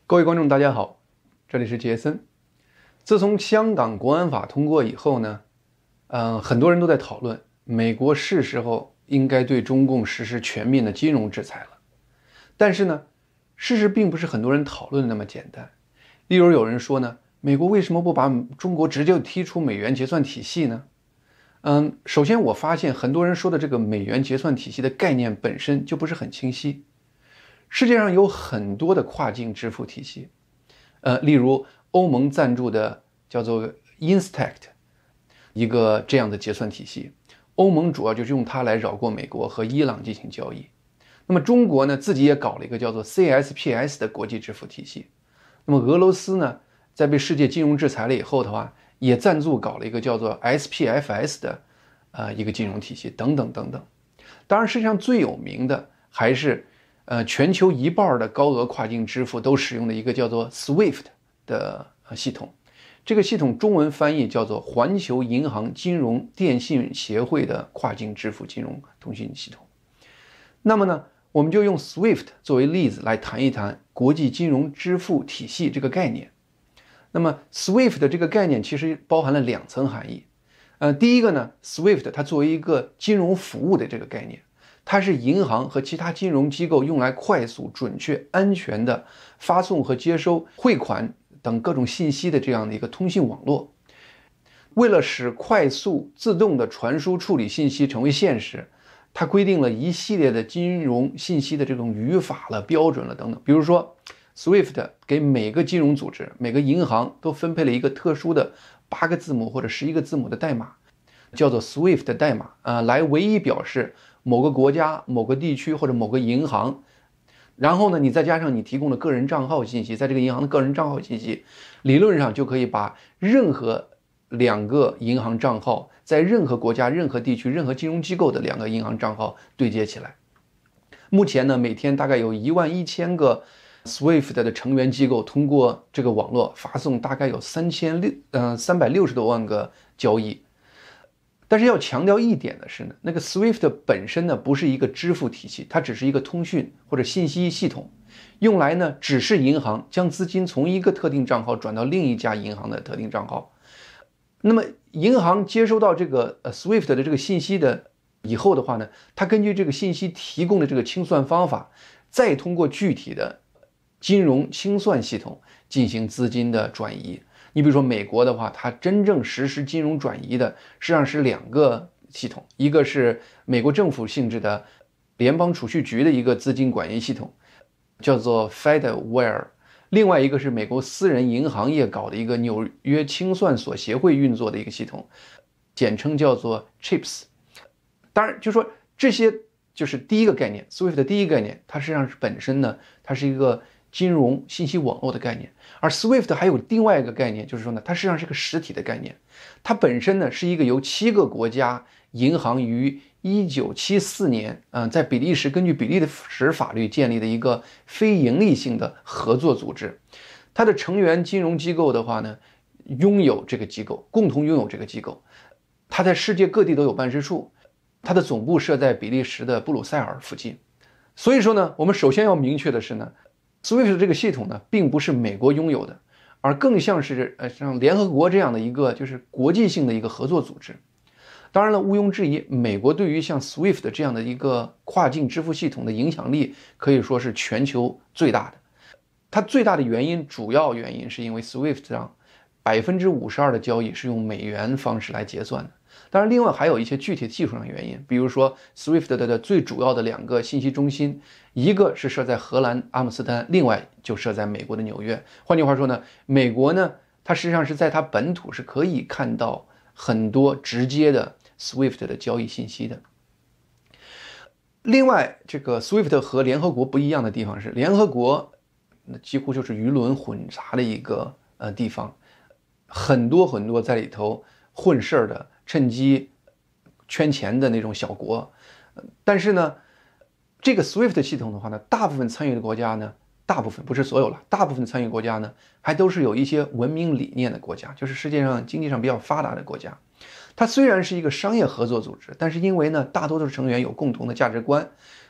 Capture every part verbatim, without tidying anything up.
各位观众大家好，这里是杰森。自从香港国安法通过以后呢，嗯，很多人都在讨论美国是时候应该对中共实施全面的金融制裁了。但是呢，事实并不是很多人讨论的那么简单。例如有人说呢，美国为什么不把中国直接踢出美元结算体系呢？嗯，首先我发现很多人说的这个美元结算体系的概念本身就不是很清晰。世界上有很多的跨境支付体系，呃，例如欧盟赞助的叫做 Instact 一个这样的结算体系，欧盟主要就是用它来绕过美国和伊朗进行交易。那么中国呢，自己也搞了一个叫做 C S P S 的国际支付体系。那么俄罗斯呢，在被世界金融制裁了以后的话，也赞助搞了一个叫做 S P F S 的呃一个金融体系，等等等等。当然，世界上最有名的还是呃，全球一半的高额跨境支付都使用的一个叫做 SWIFT 的系统。这个系统中文翻译叫做环球银行金融电信协会的跨境支付金融通讯系统。那么呢，我们就用 SWIFT 作为例子来谈一谈国际金融支付体系这个概念。那么 SWIFT 的这个概念其实包含了两层含义。呃，第一个呢 ，SWIFT 它作为一个金融服务的这个概念，它是银行和其他金融机构用来快速、准确、安全的发送和接收汇款等各种信息的这样的一个通信网络。为了使快速、自动的传输处理信息成为现实，它规定了一系列的金融信息的这种语法了、标准了等等。比如说 SWIFT 给每个金融组织、每个银行都分配了一个特殊的八个字母或者十一个字母的代码，叫做 SWIFT 代码啊、呃，来唯一表示某个国家、某个地区或者某个银行。然后呢，你再加上你提供的个人账号信息，在这个银行的个人账号信息，理论上就可以把任何两个银行账号在任何国家、任何地区、任何金融机构的两个银行账号对接起来。目前呢，每天大概有一万一千个 SWIFT 的成员机构通过这个网络发送大概有三千六呃三百六十多万个交易。但是要强调一点的是呢，那个 SWIFT 本身呢不是一个支付体系，它只是一个通讯或者信息系统，用来呢指示银行将资金从一个特定账号转到另一家银行的特定账号。那么银行接收到这个 SWIFT 的这个信息的以后的话呢，它根据这个信息提供的这个清算方法，再通过具体的金融清算系统进行资金的转移。你比如说美国的话，它真正实施金融转移的实际上是两个系统，一个是美国政府性质的联邦储蓄局的一个资金管理系统，叫做 Fedwire， 另外一个是美国私人银行业搞的一个纽约清算所协会运作的一个系统，简称叫做 C H I P S。 当然就说这些就是第一个概念 SWIFT 的第一个概念，它实际上是本身呢，它是一个金融信息网络的概念。而 SWIFT 还有另外一个概念，就是说呢，它实际上是个实体的概念。它本身呢是一个由七个国家银行于一九七四年，嗯、呃，在比利时根据比利时法律建立的一个非盈利性的合作组织。它的成员金融机构的话呢，拥有这个机构，共同拥有这个机构。它在世界各地都有办事处，它的总部设在比利时的布鲁塞尔附近。所以说呢，我们首先要明确的是呢，SWIFT 这个系统呢，并不是美国拥有的，而更像是呃像联合国这样的一个就是国际性的一个合作组织。当然了，毋庸置疑，美国对于像 SWIFT 这样的一个跨境支付系统的影响力可以说是全球最大的。它最大的原因，主要原因是因为 SWIFT 上百分之五十二的交易是用美元方式来结算的。当然，另外还有一些具体技术上原因，比如说 SWIFT 的最主要的两个信息中心，一个是设在荷兰阿姆斯特丹，另外就设在美国的纽约。换句话说呢，美国呢，它实际上是在它本土是可以看到很多直接的 SWIFT 的交易信息的。另外，这个 SWIFT 和联合国不一样的地方是，联合国几乎就是鱼龙混杂的一个呃地方，很多很多在里头混事儿的，趁机圈钱的那种小国。但是呢，这个 SWIFT 系统的话呢，大部分参与的国家呢，大部分不是所有了，大部分参与国家呢，还都是有一些文明理念的国家，就是世界上经济上比较发达的国家。它虽然是一个商业合作组织，但是因为呢，大多数成员有共同的价值观，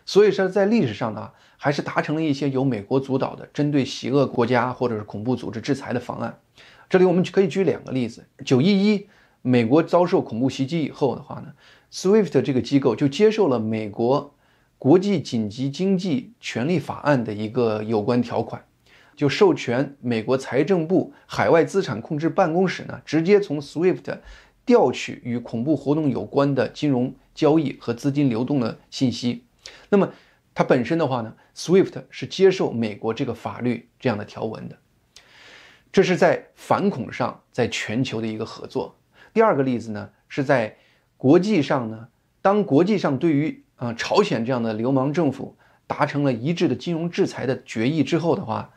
所以说在历史上呢，还是达成了一些由美国主导的针对邪恶国家或者是恐怖组织制裁的方案。这里我们可以举两个例子。九一一美国遭受恐怖袭击以后的话呢 ，SWIFT 这个机构就接受了美国国际紧急经济权利法案的一个有关条款，就授权美国财政部海外资产控制办公室呢，直接从 SWIFT 调取与恐怖活动有关的金融交易和资金流动的信息。那么它本身的话呢 ，SWIFT 是接受美国这个法律这样的条文的。这是在反恐上，在全球的一个合作。第二个例子呢，是在国际上呢，当国际上对于啊、呃、朝鲜这样的流氓政府达成了一致的金融制裁的决议之后的话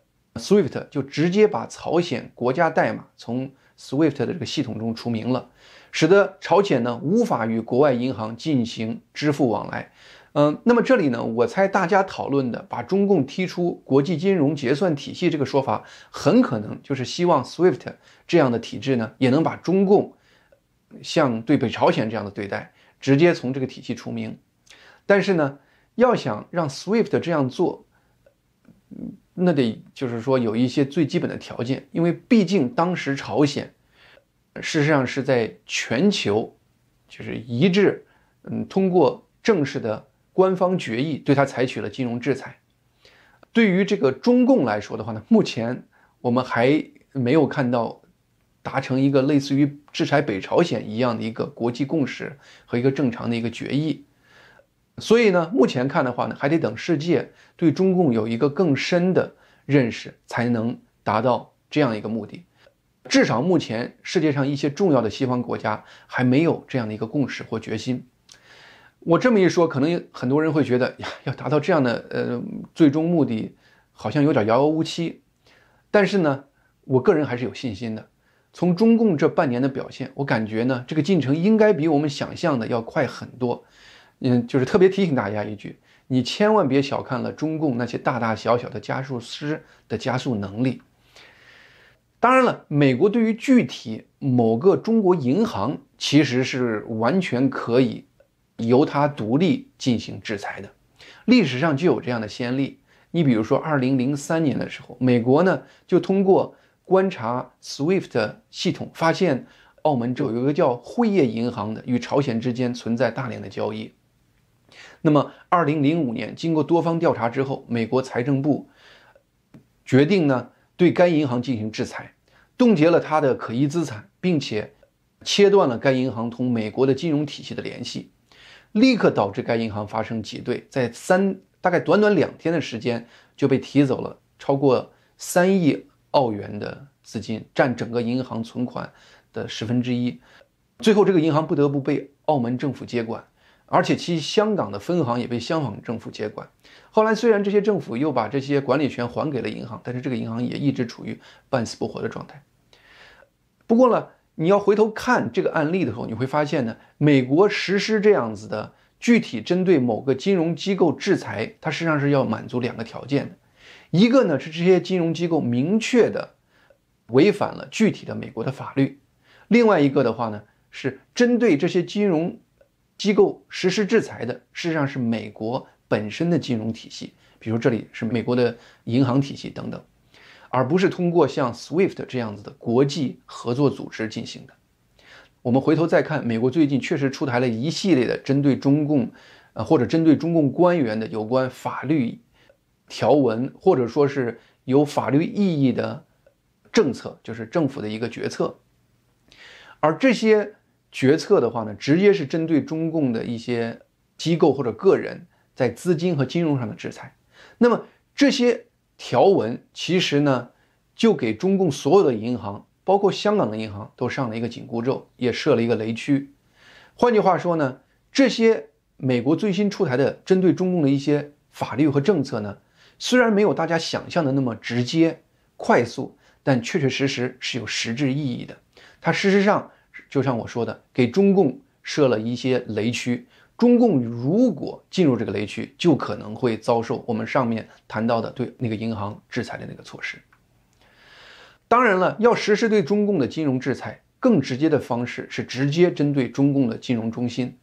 ，SWIFT 就直接把朝鲜国家代码从 SWIFT 的这个系统中除名了，使得朝鲜呢无法与国外银行进行支付往来。嗯，那么这里呢，我猜大家讨论的把中共踢出国际金融结算体系这个说法，很可能就是希望 SWIFT 这样的体制呢，也能把中共像对北朝鲜这样的对待，直接从这个体系除名。但是呢，要想让 SWIFT 这样做，那得就是说有一些最基本的条件，因为毕竟当时朝鲜事实上是在全球就是一致，嗯，通过正式的官方决议对他采取了金融制裁。对于这个中共来说的话呢，目前我们还没有看到达成一个类似于制裁北朝鲜一样的一个国际共识和一个正常的一个决议。所以呢，目前看的话呢，还得等世界对中共有一个更深的认识，才能达到这样一个目的。至少目前世界上一些重要的西方国家还没有这样的一个共识或决心。我这么一说，可能很多人会觉得呀，要达到这样的呃最终目的，好像有点遥遥无期。但是呢，我个人还是有信心的。从中共这半年的表现，我感觉呢，这个进程应该比我们想象的要快很多。嗯，就是特别提醒大家一句，你千万别小看了中共那些大大小小的加速师的加速能力。当然了，美国对于具体某个中国银行其实是完全可以由它独立进行制裁的，历史上就有这样的先例。你比如说二零零三年的时候，美国呢就通过观察 SWIFT 系统，发现澳门这有一个叫汇业银行的与朝鲜之间存在大量的交易。那么二零零五年经过多方调查之后，美国财政部决定呢对该银行进行制裁，冻结了它的可疑资产，并且切断了该银行同美国的金融体系的联系，立刻导致该银行发生挤兑，在三大概短短两天的时间就被提走了超过三亿澳元的资金，占整个银行存款的十分之一。最后这个银行不得不被澳门政府接管，而且其香港的分行也被香港政府接管。后来虽然这些政府又把这些管理权还给了银行，但是这个银行也一直处于半死不活的状态。不过呢，你要回头看这个案例的时候，你会发现呢，美国实施这样子的具体针对某个金融机构制裁，它实际上是要满足两个条件的。一个呢是这些金融机构明确的违反了具体的美国的法律，另外一个的话呢是针对这些金融机构实施制裁的，事实上是美国本身的金融体系，比如这里是美国的银行体系等等，而不是通过像 SWIFT 这样子的国际合作组织进行的。我们回头再看，美国最近确实出台了一系列的针对中共，呃或者针对中共官员的有关法律条文，或者说是有法律意义的政策，就是政府的一个决策。而这些决策的话呢，直接是针对中共的一些机构或者个人在资金和金融上的制裁。那么这些条文其实呢，就给中共所有的银行，包括香港的银行，都上了一个紧箍咒，也设了一个雷区。换句话说呢，这些美国最新出台的针对中共的一些法律和政策呢，虽然没有大家想象的那么直接快速，但确确实实是有实质意义的。它事实上就像我说的，给中共设了一些雷区，中共如果进入这个雷区，就可能会遭受我们上面谈到的对那个银行制裁的那个措施。当然了，要实施对中共的金融制裁，更直接的方式是直接针对中共的金融中心。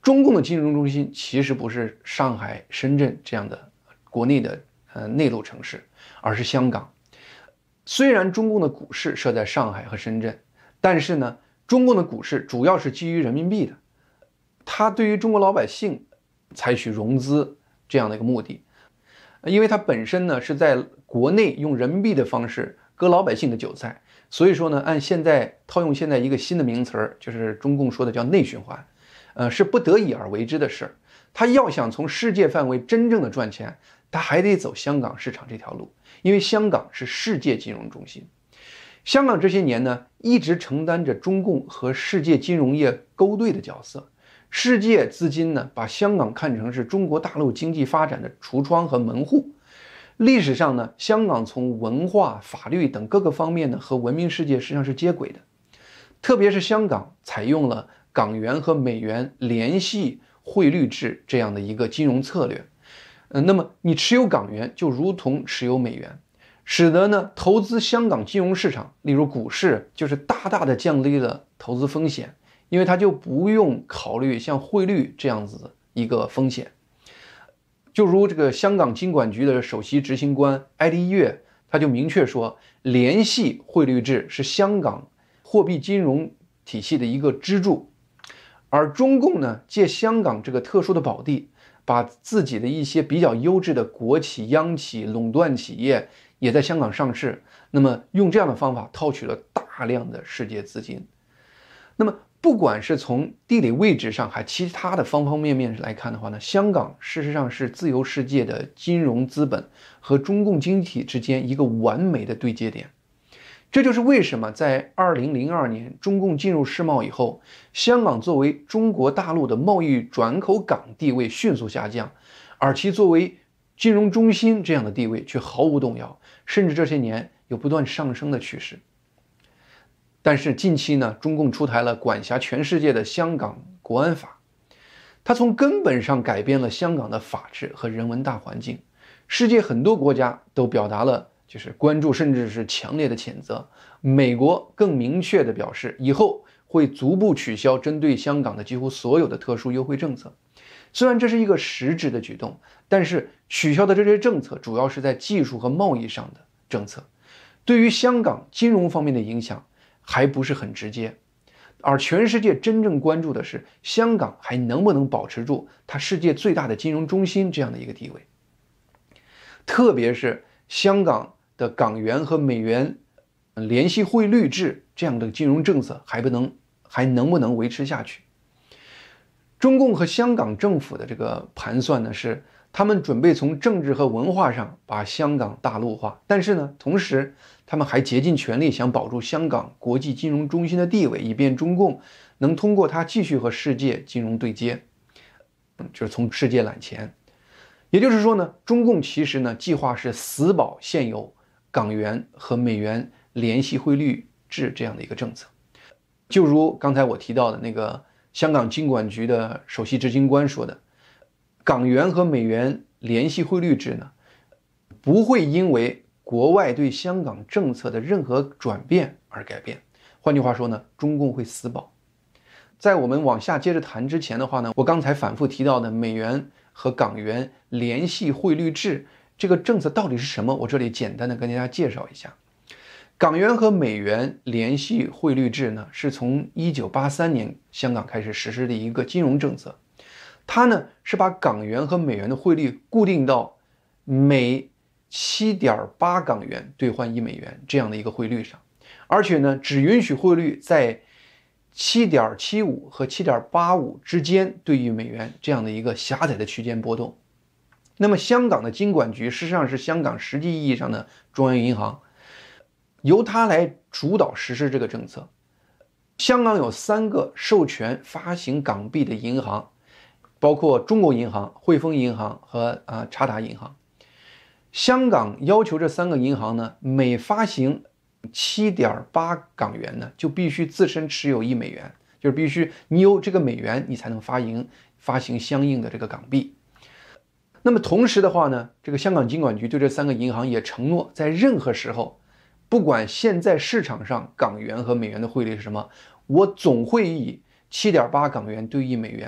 中共的金融中心其实不是上海、深圳这样的国内的呃内陆城市，而是香港。虽然中共的股市设在上海和深圳，但是呢，中共的股市主要是基于人民币的，它对于中国老百姓采取融资这样的一个目的，因为它本身呢是在国内用人民币的方式割老百姓的韭菜，所以说呢，按现在套用现在一个新的名词儿，就是中共说的叫内循环，呃，是不得已而为之的事儿。他要想从世界范围真正的赚钱，他还得走香港市场这条路，因为香港是世界金融中心。香港这些年呢，一直承担着中共和世界金融业勾兑的角色。世界资金呢，把香港看成是中国大陆经济发展的橱窗和门户。历史上呢，香港从文化、法律等各个方面呢，和文明世界实际上是接轨的。特别是香港采用了港元和美元联系汇率制这样的一个金融策略。呃，那么你持有港元就如同持有美元，使得呢投资香港金融市场，例如股市，就是大大的降低了投资风险，因为它就不用考虑像汇率这样子一个风险。就如这个香港金管局的首席执行官艾迪月，他就明确说，联系汇率制是香港货币金融体系的一个支柱。而中共呢，借香港这个特殊的宝地，把自己的一些比较优质的国企、央企、垄断企业也在香港上市，那么用这样的方法套取了大量的世界资金。那么不管是从地理位置上还其他的方方面面来看的话呢，香港事实上是自由世界的金融资本和中共经济体之间一个完美的对接点。这就是为什么在二零零二年中共进入世贸以后，香港作为中国大陆的贸易转口港地位迅速下降，而其作为金融中心这样的地位却毫无动摇，甚至这些年有不断上升的趋势。但是近期呢，中共出台了管辖全世界的香港国安法，它从根本上改变了香港的法治和人文大环境。世界很多国家都表达了就是关注，甚至是强烈的谴责。美国更明确地表示，以后会逐步取消针对香港的几乎所有的特殊优惠政策。虽然这是一个实质的举动，但是取消的这些政策主要是在技术和贸易上的政策，对于香港金融方面的影响还不是很直接。而全世界真正关注的是香港还能不能保持住它世界最大的金融中心这样的一个地位，特别是香港的港元和美元联系汇率制这样的金融政策还不能还能不能维持下去。中共和香港政府的这个盘算呢，是他们准备从政治和文化上把香港大陆化，但是呢，同时他们还竭尽全力想保住香港国际金融中心的地位，以便中共能通过它继续和世界金融对接，就是从世界揽钱。也就是说呢，中共其实呢计划是死保现有港元和美元联系汇率制这样的一个政策。就如刚才我提到的那个香港金管局的首席执行官说的，港元和美元联系汇率制呢，不会因为国外对香港政策的任何转变而改变。换句话说呢，中共会死保。在我们往下接着谈之前的话呢，我刚才反复提到的美元和港元联系汇率制这个政策到底是什么，我这里简单的跟大家介绍一下。港元和美元联系汇率制呢，是从一九八三年香港开始实施的一个金融政策。它呢是把港元和美元的汇率固定到每 七点八港元兑换一美元这样的一个汇率上，而且呢只允许汇率在 七点七五 和 七点八五 之间兑于美元这样的一个狭窄的区间波动。那么香港的金管局实际上是香港实际意义上的中央银行，由它来主导实施这个政策。香港有三个授权发行港币的银行，包括中国银行、汇丰银行和啊渣打银行。香港要求这三个银行呢，每发行 七点八港元呢，就必须自身持有一美元，就是必须你有这个美元，你才能发行发行相应的这个港币。那么同时的话呢，这个香港金管局对这三个银行也承诺，在任何时候，不管现在市场上港元和美元的汇率是什么，我总会以 七点八港元兑一美元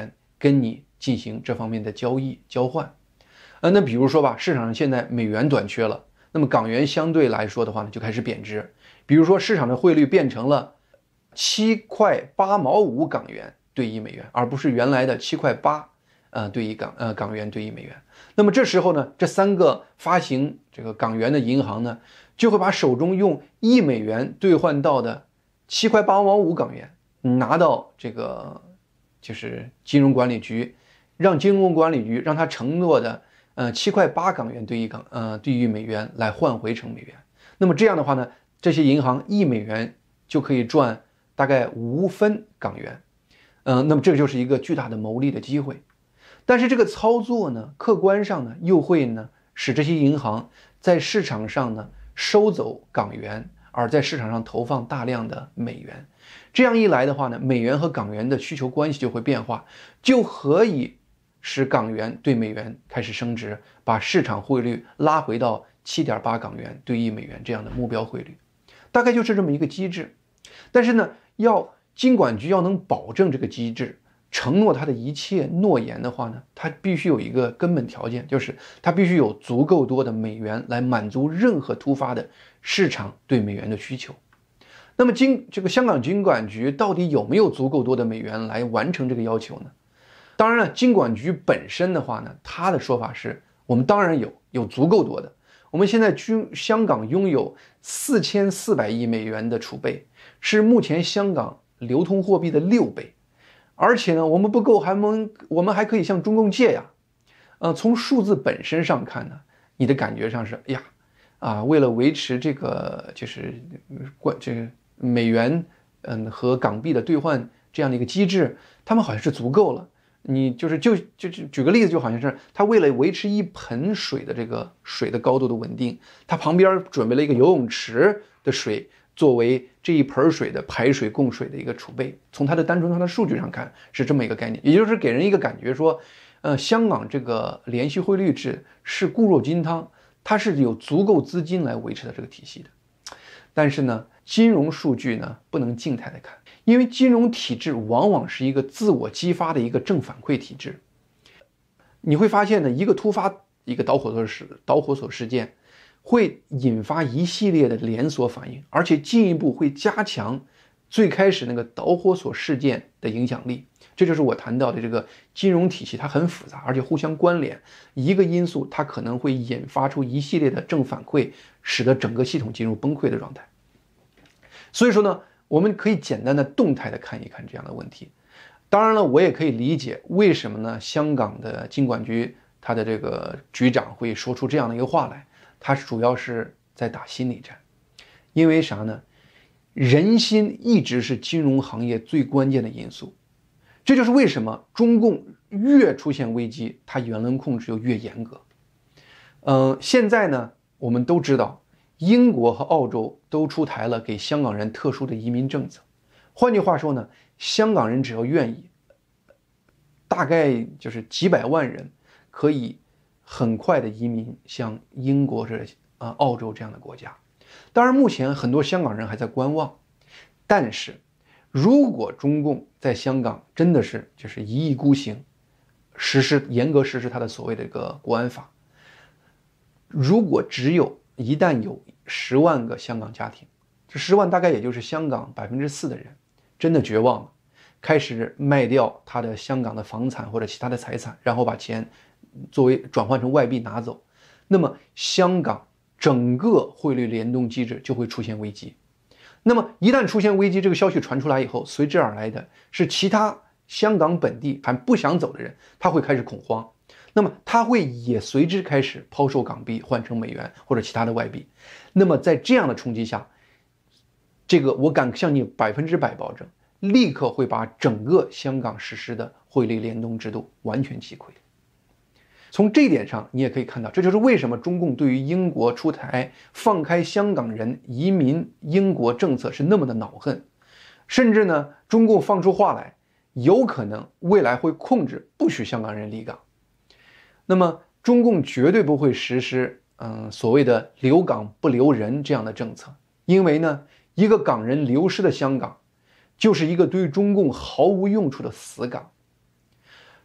跟你进行这方面的交易交换。呃，那比如说吧，市场上现在美元短缺了，那么港元相对来说的话呢，就开始贬值。比如说市场的汇率变成了七块八毛五港元兑一美元，而不是原来的七块八呃兑一港呃港元兑一美元。那么这时候呢，这三个发行这个港元的银行呢，就会把手中用一美元兑换到的七块八毛五港元拿到这个就是金融管理局，让金融管理局让他承诺的呃七块八港元兑一港呃兑一美元来换回成美元。那么这样的话呢，这些银行一美元就可以赚大概五分港元，嗯、呃，那么这就是一个巨大的牟利的机会。但是这个操作呢，客观上呢，又会呢使这些银行在市场上呢收走港元，而在市场上投放大量的美元。这样一来的话呢，美元和港元的需求关系就会变化，就可以使港元对美元开始升值，把市场汇率拉回到 七点八港元兑一美元这样的目标汇率。大概就是这么一个机制。但是呢，要金管局要能保证这个机制，承诺它的一切诺言的话呢，它必须有一个根本条件，就是它必须有足够多的美元来满足任何突发的市场对美元的需求。那么金这个香港金管局到底有没有足够多的美元来完成这个要求呢？当然了，金管局本身的话呢，它的说法是我们当然有有足够多的。我们现在香港拥有四千四百亿美元的储备，是目前香港流通货币的六倍。而且呢，我们不够，还能我们还可以向中共借呀。呃，从数字本身上看呢，你的感觉上是，哎呀，啊，为了维持这个就是关这个美元嗯和港币的兑换这样的一个机制，他们好像是足够了。你就是就就就举个例子，就好像是他为了维持一盆水的这个水的高度的稳定，他旁边准备了一个游泳池的水作为这一盆水的排水供水的一个储备。从它的单纯它的数据上看是这么一个概念，也就是给人一个感觉说，呃，香港这个联系汇率制是固若金汤，它是有足够资金来维持的这个体系的。但是呢，金融数据呢不能静态的看，因为金融体制往往是一个自我激发的一个正反馈体制。你会发现呢，一个突发一个导火索事导火索事件会引发一系列的连锁反应，而且进一步会加强最开始那个导火索事件的影响力。这就是我谈到的这个金融体系，它很复杂，而且互相关联。一个因素它可能会引发出一系列的正反馈，使得整个系统进入崩溃的状态。所以说呢，我们可以简单的动态的看一看这样的问题。当然了，我也可以理解为什么呢，香港的金管局他的这个局长会说出这样的一个话来，他主要是在打心理战。因为啥呢？人心一直是金融行业最关键的因素。这就是为什么中共越出现危机，它言论控制就越严格。呃，现在呢，我们都知道，英国和澳洲都出台了给香港人特殊的移民政策。换句话说呢，香港人只要愿意，大概就是几百万人可以很快的移民像英国这啊、呃、澳洲这样的国家。当然，目前很多香港人还在观望，但是如果中共在香港真的是就是一意孤行，实施严格实施他的所谓的一个国安法，如果只有一旦有十万个香港家庭，这十万大概也就是香港百分之四的人真的绝望了，开始卖掉他的香港的房产或者其他的财产，然后把钱作为转换成外币拿走，那么香港整个汇率联动机制就会出现危机。那么一旦出现危机，这个消息传出来以后，随之而来的是其他香港本地还不想走的人，他会开始恐慌，那么他会也随之开始抛售港币换成美元或者其他的外币。那么在这样的冲击下，这个我敢向你百分之百保证，立刻会把整个香港实施的汇率联动制度完全击溃。从这一点上，你也可以看到，这就是为什么中共对于英国出台放开香港人移民英国政策是那么的恼恨，甚至呢，中共放出话来，有可能未来会控制不许香港人离港。那么，中共绝对不会实施嗯所谓的留港不留人这样的政策，因为呢，一个港人流失的香港，就是一个对中共毫无用处的死港。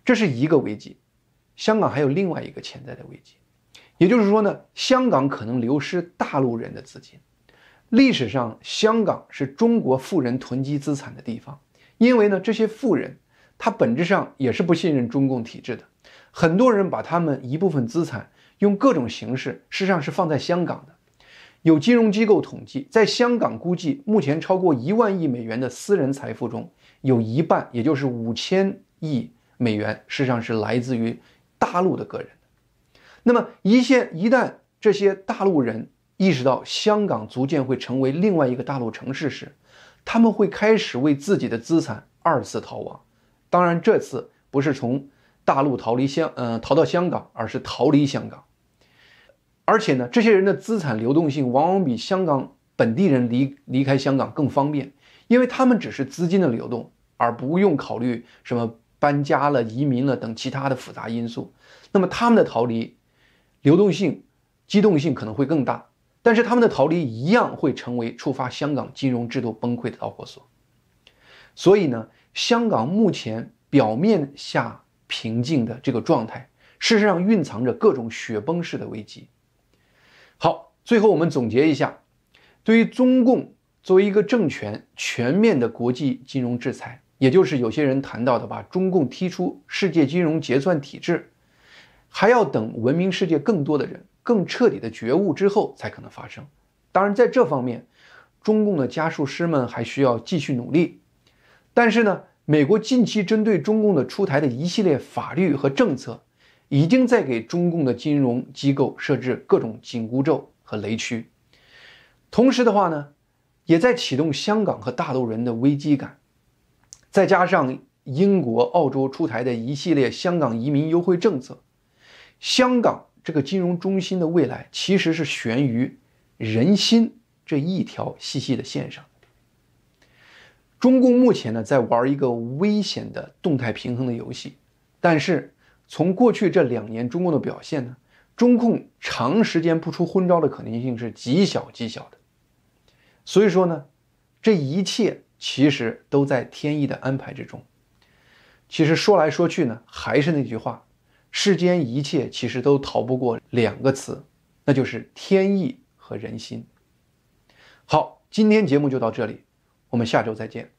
这是一个危机。香港还有另外一个潜在的危机，也就是说呢，香港可能流失大陆人的资金。历史上，香港是中国富人囤积资产的地方，因为呢，这些富人他本质上也是不信任中共体制的，很多人把他们一部分资产用各种形式，事实上是放在香港的。有金融机构统计，在香港估计目前超过一万亿美元的私人财富中，有一半，也就是五千亿美元，事实上是来自于大陆的个人。那么一线一旦这些大陆人意识到香港逐渐会成为另外一个大陆城市时，他们会开始为自己的资产二次逃亡。当然，这次不是从大陆逃离香呃逃到香港，而是逃离香港。而且呢，这些人的资产流动性往往比香港本地人离离开香港更方便，因为他们只是资金的流动，而不用考虑什么搬家了、移民了等其他的复杂因素。那么他们的逃离流动性、机动性可能会更大，但是他们的逃离一样会成为触发香港金融制度崩溃的导火索。所以呢，香港目前表面下平静的这个状态，事实上蕴藏着各种雪崩式的危机。好，最后我们总结一下，对于中共作为一个政权全面的国际金融制裁，也就是有些人谈到的把中共踢出世界金融结算体制，还要等文明世界更多的人更彻底的觉悟之后才可能发生。当然在这方面，中共的家术师们还需要继续努力。但是呢，美国近期针对中共的出台的一系列法律和政策，已经在给中共的金融机构设置各种紧箍咒和雷区。同时的话呢，也在启动香港和大陆人的危机感。再加上英国、澳洲出台的一系列香港移民优惠政策，香港这个金融中心的未来其实是悬于人心这一条细细的线上。中共目前呢，在玩一个危险的动态平衡的游戏，但是从过去这两年中共的表现呢，中共长时间不出昏招的可能性是极小极小的。所以说呢，这一切其实都在天意的安排之中。其实说来说去呢，还是那句话，世间一切其实都逃不过两个词，那就是天意和人心。好，今天节目就到这里，我们下周再见。